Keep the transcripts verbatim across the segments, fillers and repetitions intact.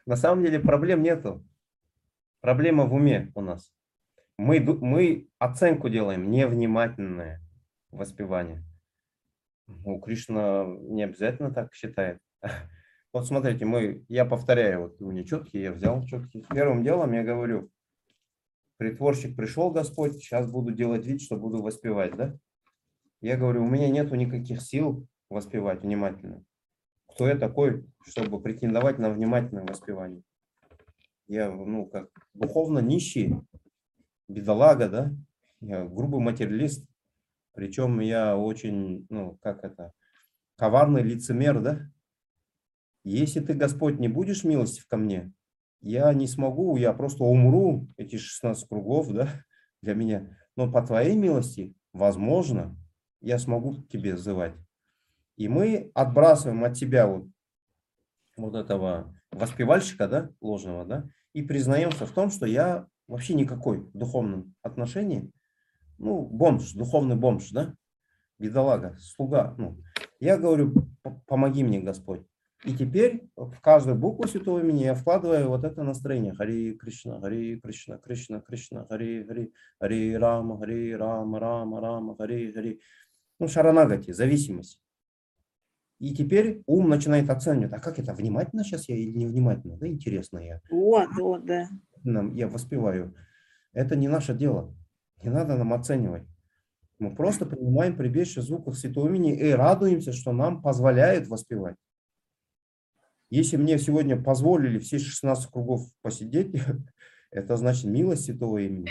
На самом деле проблем нету. Проблема в уме у нас. Мы, ду- мы оценку делаем, невнимательное воспевание. У Кришна не обязательно так считает. Вот смотрите, мы, я повторяю, вот у меня четкие, я взял четкие. Первым делом я говорю, притворщик пришел, Господь, сейчас буду делать вид, что буду воспевать, да? Я говорю, у меня нету никаких сил воспевать внимательно. Кто я такой, чтобы претендовать на внимательное воспевание? Я, ну, как духовно нищий, бедолага, да? Я грубый материалист. Причем я очень, ну, как это, коварный лицемер, да? Если ты, Господь, не будешь милостив ко мне, я не смогу, я просто умру, эти шестнадцать кругов, да, для меня. Но по твоей милости, возможно, я смогу к тебе взывать. И мы отбрасываем от себя вот, вот этого воспевальщика, да, ложного, да, и признаемся в том, что я вообще никакой в духовном отношении, ну, бомж, духовный бомж, да, бедолага, слуга. Ну, я говорю, «П- помоги мне, Господь». И теперь в каждую букву святого имени я вкладываю вот это настроение. Хари Кришна, Хари Кришна, Кришна, Кришна, Хари Хари, Хари Рама, Хари Рама, Рама, Рама, Хари Хари. Ну, шаранагати, зависимость. И теперь ум начинает оценивать, а как это, внимательно сейчас я или невнимательно? Да, интересно я. Вот, вот, да. Нам, я воспеваю. Это не наше дело. Не надо нам оценивать. Мы просто принимаем прибежище в звуках святого имени и радуемся, что нам позволяют воспевать. Если мне сегодня позволили все шестнадцать кругов посидеть, это значит милость святого имени.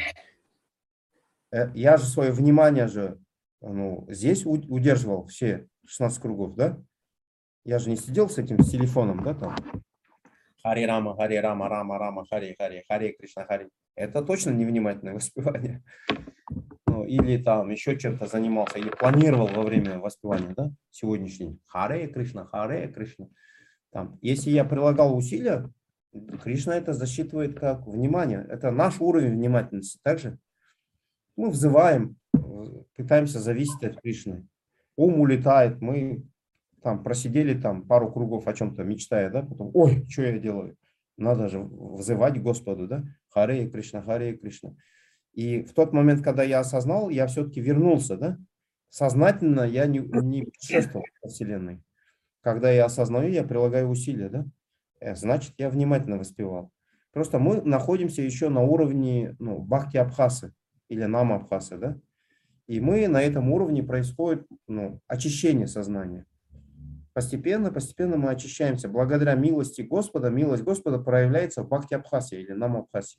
Э, Я же свое внимание же ну, здесь у- удерживал все шестнадцать кругов, да? Я же не сидел с этим с телефоном, да, там. Хари Рама, Хари Рама, Рама, Рама, Хари, Хари, Хари Кришна, Хари. Это точно невнимательное воспевание. Ну, или там еще чем-то занимался, или планировал во время воспевания, да, сегодняшний. Харе Кришна, Харе Кришна. Там, если я прилагал усилия, Кришна это засчитывает как внимание. Это наш уровень внимательности. Также мы взываем, э, пытаемся зависеть от Кришны. Ум улетает, мы там просидели там пару кругов о чем-то мечтая, да, потом, ой, что я делаю? Надо же взывать к Господу, да? Харе Кришна, Харе Кришна. И в тот момент, когда я осознал, я все-таки вернулся, да? Сознательно я не, не путешествовал по Вселенной. Когда я осознаю, я прилагаю усилия, да? Э, Значит, я внимательно воспевал. Просто мы находимся еще на уровне ну, бхакти абхасы или нама абхасы, да? И мы на этом уровне происходит ну, очищение сознания. Постепенно, постепенно мы очищаемся. Благодаря милости Господа, милость Господа проявляется в бхакти абхасе или нама абхасе.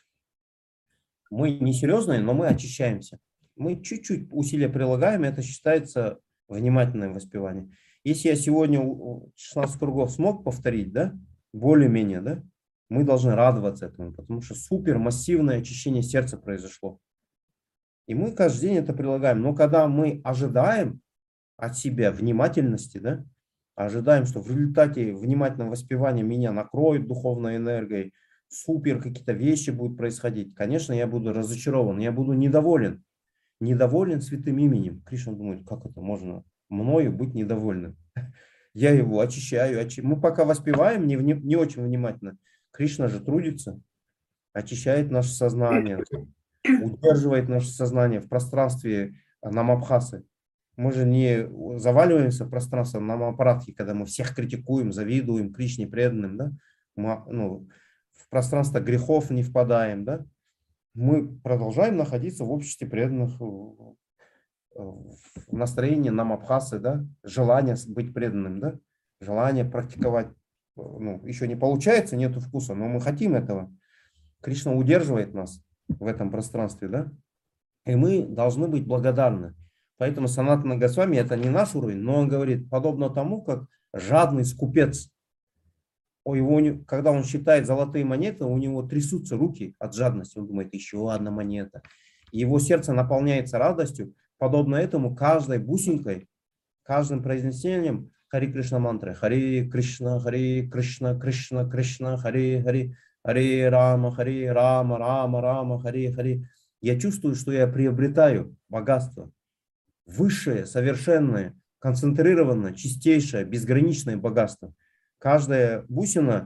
Мы не серьезные, но мы очищаемся. Мы чуть-чуть усилия прилагаем, это считается внимательное воспевание. Если я сегодня шестнадцать кругов смог повторить, да, более-менее, да, мы должны радоваться этому, потому что супер массивное очищение сердца произошло. И мы каждый день это прилагаем. Но когда мы ожидаем от себя внимательности, да, ожидаем, что в результате внимательного воспевания меня накроет духовной энергией, супер какие-то вещи будут происходить, конечно, я буду разочарован, я буду недоволен. Недоволен святым именем. Кришна думает, как это можно мною быть недовольным? Я его очищаю. очи- Мы пока воспеваем, не, вни- не очень внимательно. Кришна же трудится, очищает наше сознание, удерживает наше сознание в пространстве намабхасы. Мы же не заваливаемся в пространство намапарадхи, когда мы всех критикуем, завидуем Кришне преданным, да? Мы, ну, в пространство грехов не впадаем, да? Мы продолжаем находиться в обществе преданных, в настроении намабхасы, да? Желание быть преданным, да? Желание практиковать. Ну, еще не получается, нету вкуса, но мы хотим этого. Кришна удерживает нас в этом пространстве, да? И мы должны быть благодарны. Поэтому Санатана Госвами это не наш уровень, но он говорит, подобно тому, как жадный скупец, у его, когда он считает золотые монеты, у него трясутся руки от жадности. Он думает, еще одна монета. И его сердце наполняется радостью. Подобно этому каждой бусинкой, каждым произнесением Хари Кришна мантры. Хари Кришна, Хари Кришна, Кришна, Кришна, Хари Хари, Хари Рама, Хари Рама, Рама, Рама, Хари Хари. Я чувствую, что я приобретаю богатство. Высшее, совершенное, концентрированное, чистейшее, безграничное богатство. Каждая бусина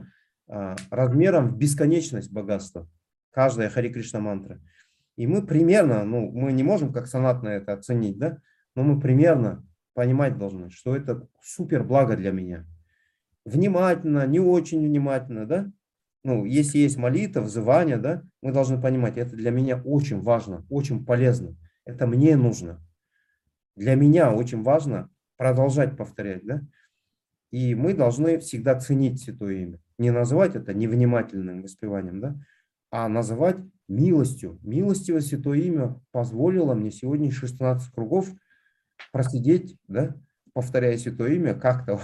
а, размером в бесконечность богатства. Каждая Хари Кришна мантра. И мы примерно, ну, мы не можем как санатно это оценить, да, но мы примерно понимать должны, что это супер благо для меня. Внимательно, не очень внимательно, да. Ну, если есть молитва, взывание, да, мы должны понимать, это для меня очень важно, очень полезно. Это мне нужно. Для меня очень важно продолжать повторять, да. И мы должны всегда ценить Святое Имя. Не называть это невнимательным воспеванием, да, а называть милостью. Милостивое Святое Имя позволило мне сегодня шестнадцать кругов просидеть, да, повторяя Святое Имя как-то.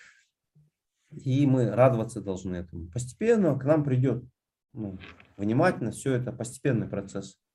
И мы радоваться должны этому. Постепенно к нам придет, ну, внимательно, все это постепенный процесс.